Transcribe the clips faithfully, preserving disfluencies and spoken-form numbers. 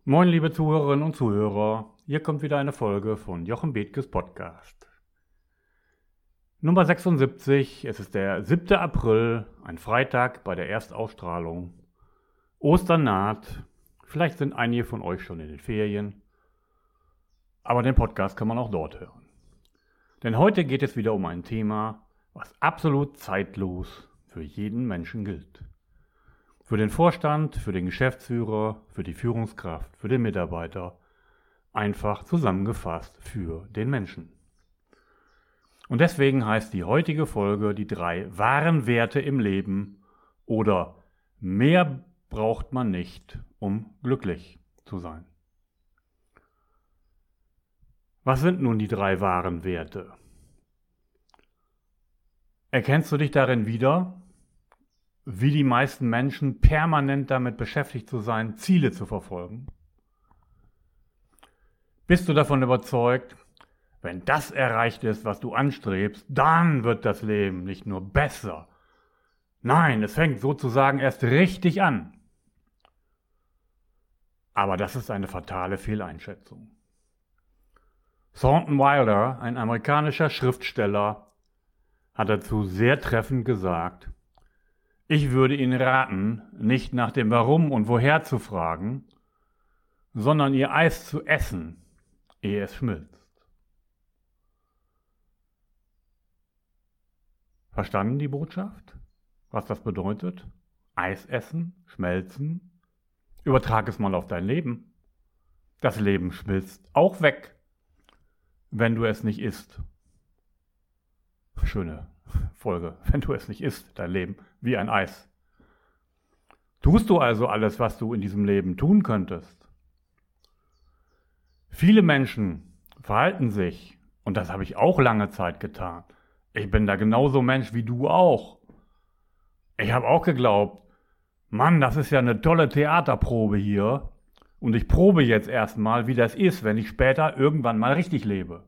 Moin liebe Zuhörerinnen und Zuhörer, hier kommt wieder eine Folge von Jochen Bethkes Podcast. Nummer sechsundsiebzig, es ist der siebte April, ein Freitag bei der Erstausstrahlung. Ostern naht, vielleicht sind einige von euch schon in den Ferien, aber den Podcast kann man auch dort hören. Denn heute geht es wieder um ein Thema, was absolut zeitlos für jeden Menschen gilt. Für den Vorstand, für den Geschäftsführer, für die Führungskraft, für den Mitarbeiter, einfach zusammengefasst für den Menschen. Und deswegen heißt die heutige Folge die drei wahren Werte im Leben oder mehr braucht man nicht, um glücklich zu sein. Was sind nun die drei wahren Werte? Erkennst du dich darin wieder, wie die meisten Menschen permanent damit beschäftigt zu sein, Ziele zu verfolgen? Bist du davon überzeugt, wenn das erreicht ist, was du anstrebst, dann wird das Leben nicht nur besser. Nein, es fängt sozusagen erst richtig an. Aber das ist eine fatale Fehleinschätzung. Thornton Wilder, ein amerikanischer Schriftsteller, hat dazu sehr treffend gesagt: Ich würde Ihnen raten, nicht nach dem Warum und Woher zu fragen, sondern Ihr Eis zu essen, ehe es schmilzt. Verstanden die Botschaft? Was das bedeutet? Eis essen, schmelzen? Übertrag es mal auf dein Leben. Das Leben schmilzt auch weg, wenn du es nicht isst. Schöne Folge, wenn du es nicht isst, dein Leben, wie ein Eis. Tust du also alles, was du in diesem Leben tun könntest? Viele Menschen verhalten sich, und das habe ich auch lange Zeit getan. Ich bin da genauso Mensch wie du auch. Ich habe auch geglaubt, Mann, das ist ja eine tolle Theaterprobe hier, und ich probe jetzt erstmal, wie das ist, wenn ich später irgendwann mal richtig lebe.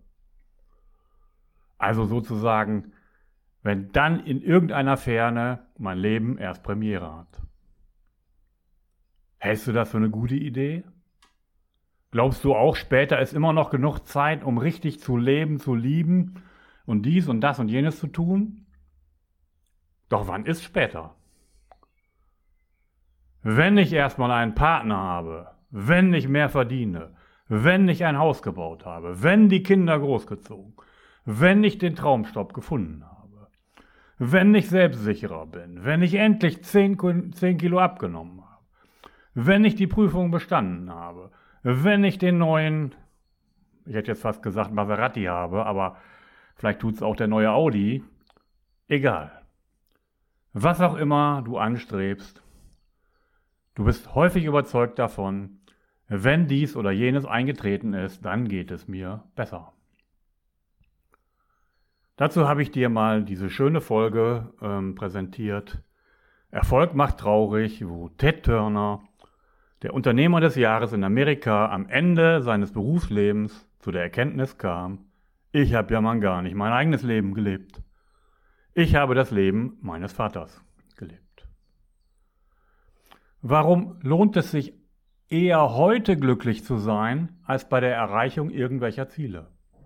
Also sozusagen, wenn dann in irgendeiner Ferne mein Leben erst Premiere hat. Hältst du das für eine gute Idee? Glaubst du auch, später ist immer noch genug Zeit, um richtig zu leben, zu lieben und dies und das und jenes zu tun? Doch wann ist später? Wenn ich erstmal einen Partner habe, wenn ich mehr verdiene, wenn ich ein Haus gebaut habe, wenn die Kinder großgezogen, wenn ich den Traumstopp gefunden habe, wenn ich selbstsicherer bin, wenn ich endlich zehn Kilo abgenommen habe, wenn ich die Prüfung bestanden habe, wenn ich den neuen, ich hätte jetzt fast gesagt Maserati habe, aber vielleicht tut es auch der neue Audi, egal. Was auch immer du anstrebst, du bist häufig überzeugt davon, wenn dies oder jenes eingetreten ist, dann geht es mir besser. Dazu habe ich dir mal diese schöne Folge ähm, präsentiert. Erfolg macht traurig, wo Ted Turner, der Unternehmer des Jahres in Amerika, am Ende seines Berufslebens zu der Erkenntnis kam: Ich habe ja mal gar nicht mein eigenes Leben gelebt. Ich habe das Leben meines Vaters gelebt. Warum lohnt es sich eher heute glücklich zu sein, als bei der Erreichung irgendwelcher Ziele?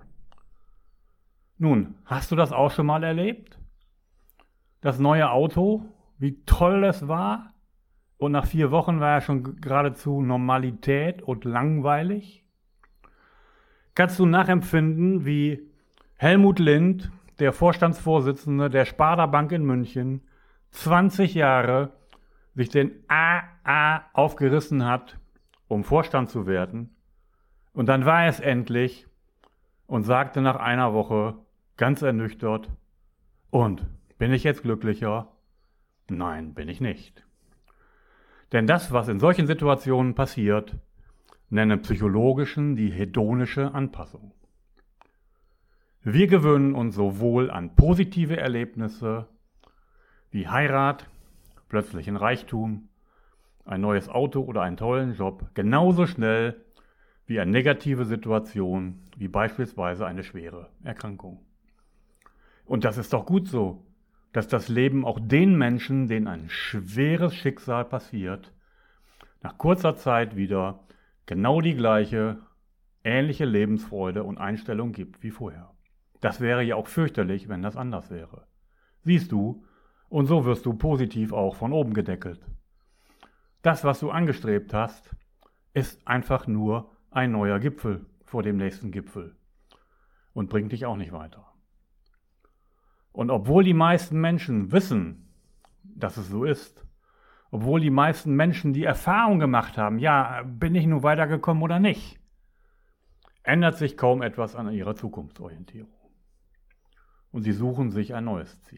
Nun, hast du das auch schon mal erlebt? Das neue Auto, wie toll es war, und nach vier Wochen war ja schon geradezu Normalität und langweilig? Kannst du nachempfinden, wie Helmut Lind, der Vorstandsvorsitzende der Sparda Bank in München, zwanzig Jahre sich den A A aufgerissen hat, um Vorstand zu werden, und dann war es endlich und sagte nach einer Woche ganz ernüchtert: Und, bin ich jetzt glücklicher? Nein, bin ich nicht. Denn das, was in solchen Situationen passiert, nennen Psychologischen die hedonische Anpassung. Wir gewöhnen uns sowohl an positive Erlebnisse wie Heirat, plötzlichen Reichtum, ein neues Auto oder einen tollen Job genauso schnell wie an negative Situationen, wie beispielsweise eine schwere Erkrankung. Und das ist doch gut so, dass das Leben auch den Menschen, denen ein schweres Schicksal passiert, nach kurzer Zeit wieder genau die gleiche, ähnliche Lebensfreude und Einstellung gibt wie vorher. Das wäre ja auch fürchterlich, wenn das anders wäre. Siehst du, und so wirst du positiv auch von oben gedeckelt. Das, was du angestrebt hast, ist einfach nur ein neuer Gipfel vor dem nächsten Gipfel und bringt dich auch nicht weiter. Und obwohl die meisten Menschen wissen, dass es so ist, obwohl die meisten Menschen die Erfahrung gemacht haben, ja, bin ich nun weitergekommen oder nicht, ändert sich kaum etwas an ihrer Zukunftsorientierung. Und sie suchen sich ein neues Ziel.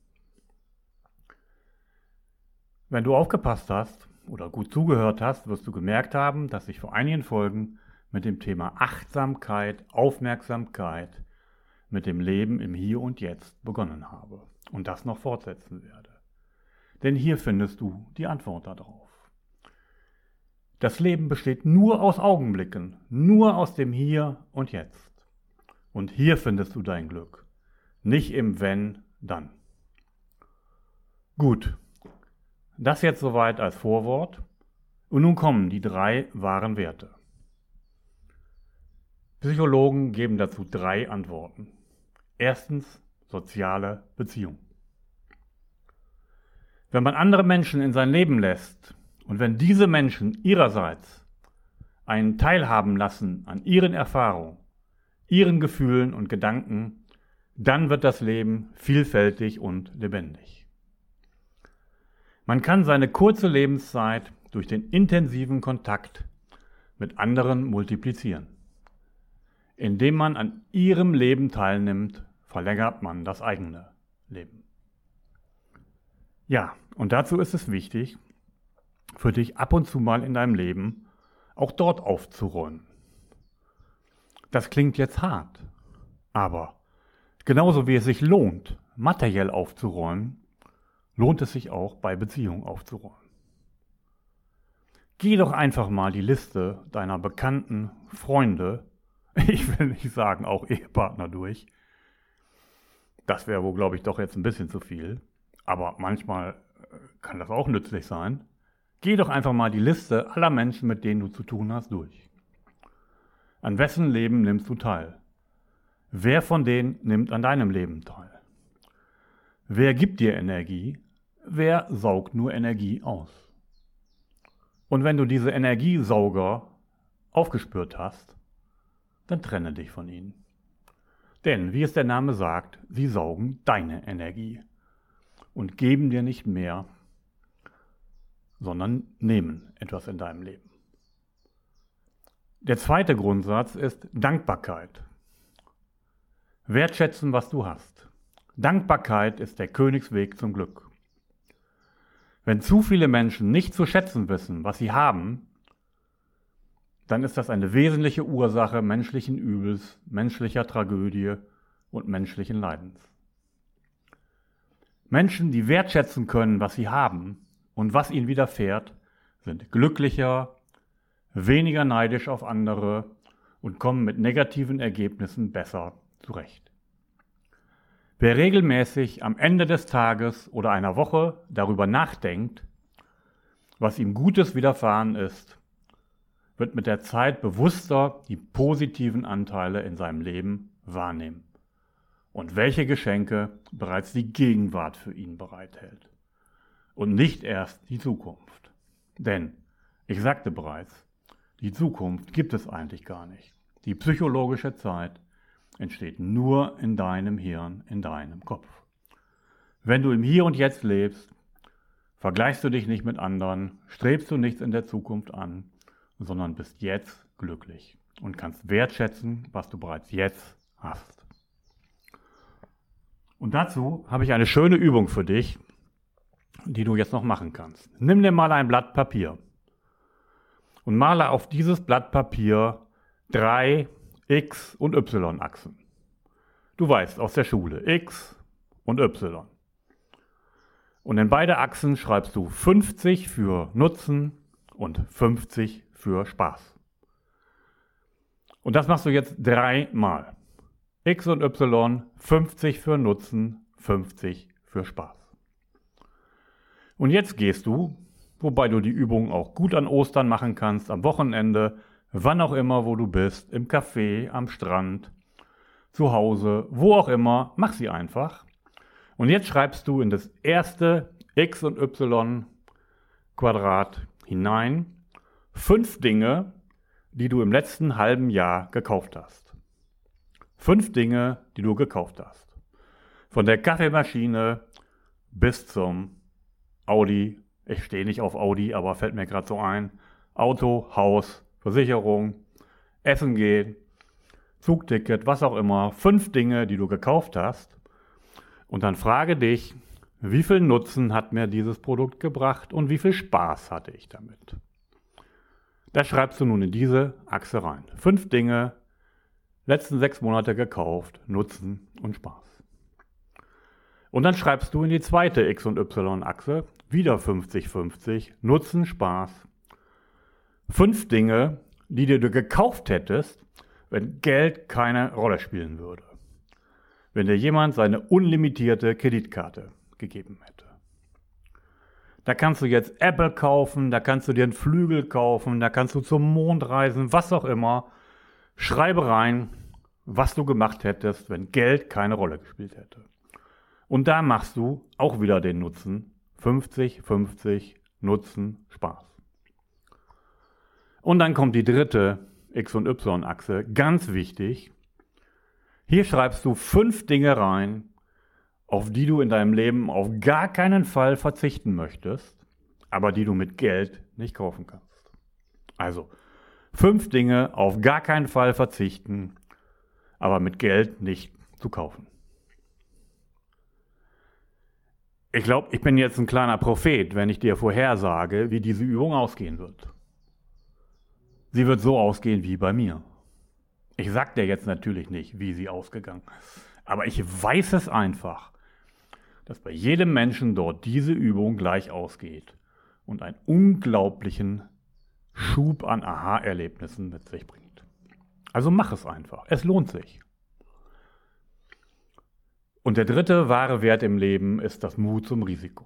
Wenn du aufgepasst hast oder gut zugehört hast, wirst du gemerkt haben, dass ich vor einigen Folgen mit dem Thema Achtsamkeit, Aufmerksamkeit, mit dem Leben im Hier und Jetzt begonnen habe und das noch fortsetzen werde. Denn hier findest du die Antwort darauf. Das Leben besteht nur aus Augenblicken, nur aus dem Hier und Jetzt. Und hier findest du dein Glück, nicht im Wenn, dann. Gut, das jetzt soweit als Vorwort. Und nun kommen die drei wahren Werte. Psychologen geben dazu drei Antworten. Erstens, soziale Beziehung. Wenn man andere Menschen in sein Leben lässt und wenn diese Menschen ihrerseits einen teilhaben lassen an ihren Erfahrungen, ihren Gefühlen und Gedanken, dann wird das Leben vielfältig und lebendig. Man kann seine kurze Lebenszeit durch den intensiven Kontakt mit anderen multiplizieren. Indem man an ihrem Leben teilnimmt, verlängert man das eigene Leben. Ja, und dazu ist es wichtig, für dich ab und zu mal in deinem Leben auch dort aufzuräumen. Das klingt jetzt hart, aber genauso wie es sich lohnt, materiell aufzuräumen, lohnt es sich auch bei Beziehungen aufzuräumen. Geh doch einfach mal die Liste deiner Bekannten, Freunde, ich will nicht sagen auch Ehepartner durch. Das wäre wohl, glaube ich, doch jetzt ein bisschen zu viel. Aber manchmal kann das auch nützlich sein. Geh doch einfach mal die Liste aller Menschen, mit denen du zu tun hast, durch. An wessen Leben nimmst du teil? Wer von denen nimmt an deinem Leben teil? Wer gibt dir Energie? Wer saugt nur Energie aus? Und wenn du diese Energiesauger aufgespürt hast, dann trenne dich von ihnen. Denn, wie es der Name sagt, sie saugen deine Energie und geben dir nicht mehr, sondern nehmen etwas in deinem Leben. Der zweite Grundsatz ist Dankbarkeit. Wertschätzen, was du hast. Dankbarkeit ist der Königsweg zum Glück. Wenn zu viele Menschen nicht zu schätzen wissen, was sie haben, dann ist das eine wesentliche Ursache menschlichen Übels, menschlicher Tragödie und menschlichen Leidens. Menschen, die wertschätzen können, was sie haben und was ihnen widerfährt, sind glücklicher, weniger neidisch auf andere und kommen mit negativen Ergebnissen besser zurecht. Wer regelmäßig am Ende des Tages oder einer Woche darüber nachdenkt, was ihm Gutes widerfahren ist, wird mit der Zeit bewusster die positiven Anteile in seinem Leben wahrnehmen und welche Geschenke bereits die Gegenwart für ihn bereithält und nicht erst die Zukunft. Denn, ich sagte bereits, die Zukunft gibt es eigentlich gar nicht. Die psychologische Zeit entsteht nur in deinem Hirn, in deinem Kopf. Wenn du im Hier und Jetzt lebst, vergleichst du dich nicht mit anderen, strebst du nichts in der Zukunft an, sondern bist jetzt glücklich und kannst wertschätzen, was du bereits jetzt hast. Und dazu habe ich eine schöne Übung für dich, die du jetzt noch machen kannst. Nimm dir mal ein Blatt Papier und male auf dieses Blatt Papier drei X- und Y-Achsen. Du weißt aus der Schule, X und Y. Und in beide Achsen schreibst du fünfzig für Nutzen und fünfzig für Spaß. Und das machst du jetzt dreimal. X und Y, fünfzig für Nutzen, fünfzig für Spaß. Und jetzt gehst du wobei du die Übung auch gut an Ostern machen kannst, am Wochenende, wann auch immer, wo du bist, im Café, am Strand, zu Hause, wo auch immer, mach sie einfach. Und jetzt schreibst du in das erste x und y Quadrat hinein fünf Dinge, die du im letzten halben Jahr gekauft hast. Fünf Dinge, die du gekauft hast. Von der Kaffeemaschine bis zum Audi, ich stehe nicht auf Audi, aber fällt mir gerade so ein, Auto, Haus, Versicherung, Essen gehen, Zugticket, was auch immer. Fünf Dinge, die du gekauft hast. Und dann frage dich, wie viel Nutzen hat mir dieses Produkt gebracht und wie viel Spaß hatte ich damit? Das schreibst du nun in diese Achse rein. Fünf Dinge, letzten sechs Monate gekauft, Nutzen und Spaß. Und dann schreibst du in die zweite X- und Y-Achse, wieder fünfzig fünfzig, Nutzen, Spaß. Fünf Dinge, die dir du gekauft hättest, wenn Geld keine Rolle spielen würde. Wenn dir jemand seine unlimitierte Kreditkarte gegeben hätte. Da kannst du jetzt Apple kaufen, da kannst du dir einen Flügel kaufen, da kannst du zum Mond reisen, was auch immer. Schreibe rein, was du gemacht hättest, wenn Geld keine Rolle gespielt hätte. Und da machst du auch wieder den Nutzen. fünfzig fünfzig, Nutzen, Spaß. Und dann kommt die dritte X- und Y-Achse, ganz wichtig. Hier schreibst du fünf Dinge rein, auf die du in deinem Leben auf gar keinen Fall verzichten möchtest, aber die du mit Geld nicht kaufen kannst. Also, fünf Dinge auf gar keinen Fall verzichten, aber mit Geld nicht zu kaufen. Ich glaube, ich bin jetzt ein kleiner Prophet, wenn ich dir vorhersage, wie diese Übung ausgehen wird. Sie wird so ausgehen wie bei mir. Ich sage dir jetzt natürlich nicht, wie sie ausgegangen ist, aber ich weiß es einfach, dass bei jedem Menschen dort diese Übung gleich ausgeht und einen unglaublichen Schub an Aha-Erlebnissen mit sich bringt. Also mach es einfach, es lohnt sich. Und der dritte wahre Wert im Leben ist das Mut zum Risiko.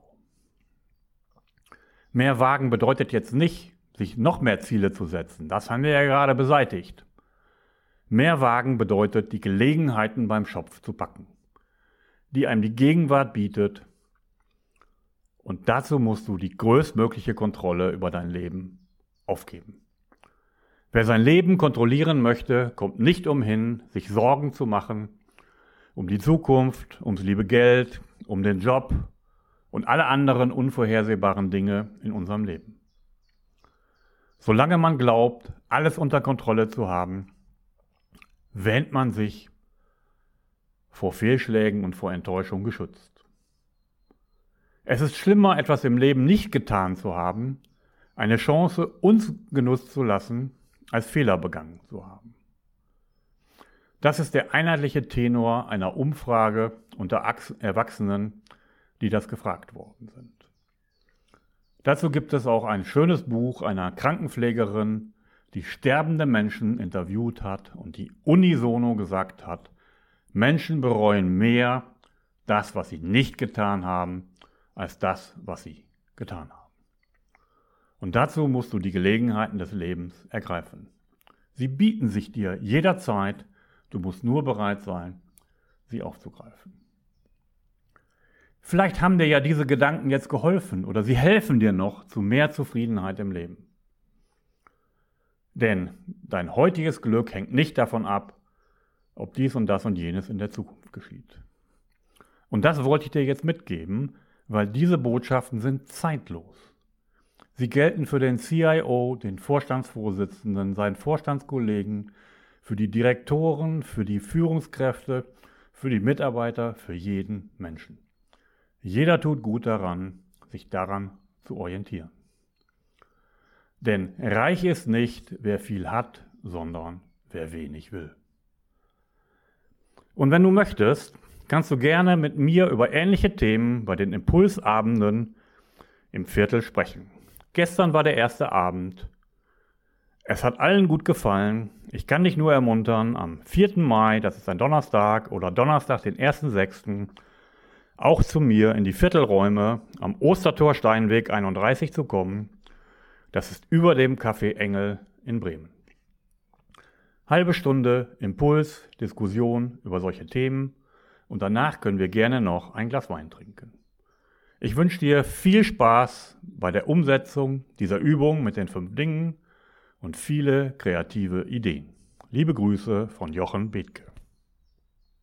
Mehr wagen bedeutet jetzt nicht, sich noch mehr Ziele zu setzen. Das haben wir ja gerade beseitigt. Mehr wagen bedeutet, die Gelegenheiten beim Schopf zu packen, die einem die Gegenwart bietet. Und dazu musst du die größtmögliche Kontrolle über dein Leben aufgeben. Wer sein Leben kontrollieren möchte, kommt nicht umhin, sich Sorgen zu machen, um die Zukunft, ums liebe Geld, um den Job und alle anderen unvorhersehbaren Dinge in unserem Leben. Solange man glaubt, alles unter Kontrolle zu haben, wähnt man sich vor Fehlschlägen und vor Enttäuschung geschützt. Es ist schlimmer, etwas im Leben nicht getan zu haben, eine Chance ungenutzt zu lassen, als Fehler begangen zu haben. Das ist der einheitliche Tenor einer Umfrage unter Erwachsenen, die das gefragt worden sind. Dazu gibt es auch ein schönes Buch einer Krankenpflegerin, die sterbende Menschen interviewt hat und die unisono gesagt hat, Menschen bereuen mehr das, was sie nicht getan haben, als das, was sie getan haben. Und dazu musst du die Gelegenheiten des Lebens ergreifen. Sie bieten sich dir jederzeit, du musst nur bereit sein, sie aufzugreifen. Vielleicht haben dir ja diese Gedanken jetzt geholfen oder sie helfen dir noch zu mehr Zufriedenheit im Leben. Denn dein heutiges Glück hängt nicht davon ab, ob dies und das und jenes in der Zukunft geschieht. Und das wollte ich dir jetzt mitgeben, weil diese Botschaften sind zeitlos. Sie gelten für den C I O, den Vorstandsvorsitzenden, seinen Vorstandskollegen, für die Direktoren, für die Führungskräfte, für die Mitarbeiter, für jeden Menschen. Jeder tut gut daran, sich daran zu orientieren. Denn reich ist nicht, wer viel hat, sondern wer wenig will. Und wenn du möchtest, kannst du gerne mit mir über ähnliche Themen bei den Impulsabenden im Viertel sprechen. Gestern war der erste Abend. Es hat allen gut gefallen. Ich kann dich nur ermuntern, am vierten Mai, das ist ein Donnerstag, oder Donnerstag, den ersten sechsten auch zu mir in die Viertelräume am Ostertor Steinweg einunddreißig zu kommen. Das ist über dem Café Engel in Bremen. Halbe Stunde Impuls, Diskussion über solche Themen und danach können wir gerne noch ein Glas Wein trinken. Ich wünsche dir viel Spaß bei der Umsetzung dieser Übung mit den fünf Dingen und viele kreative Ideen. Liebe Grüße von Jochen Bethke.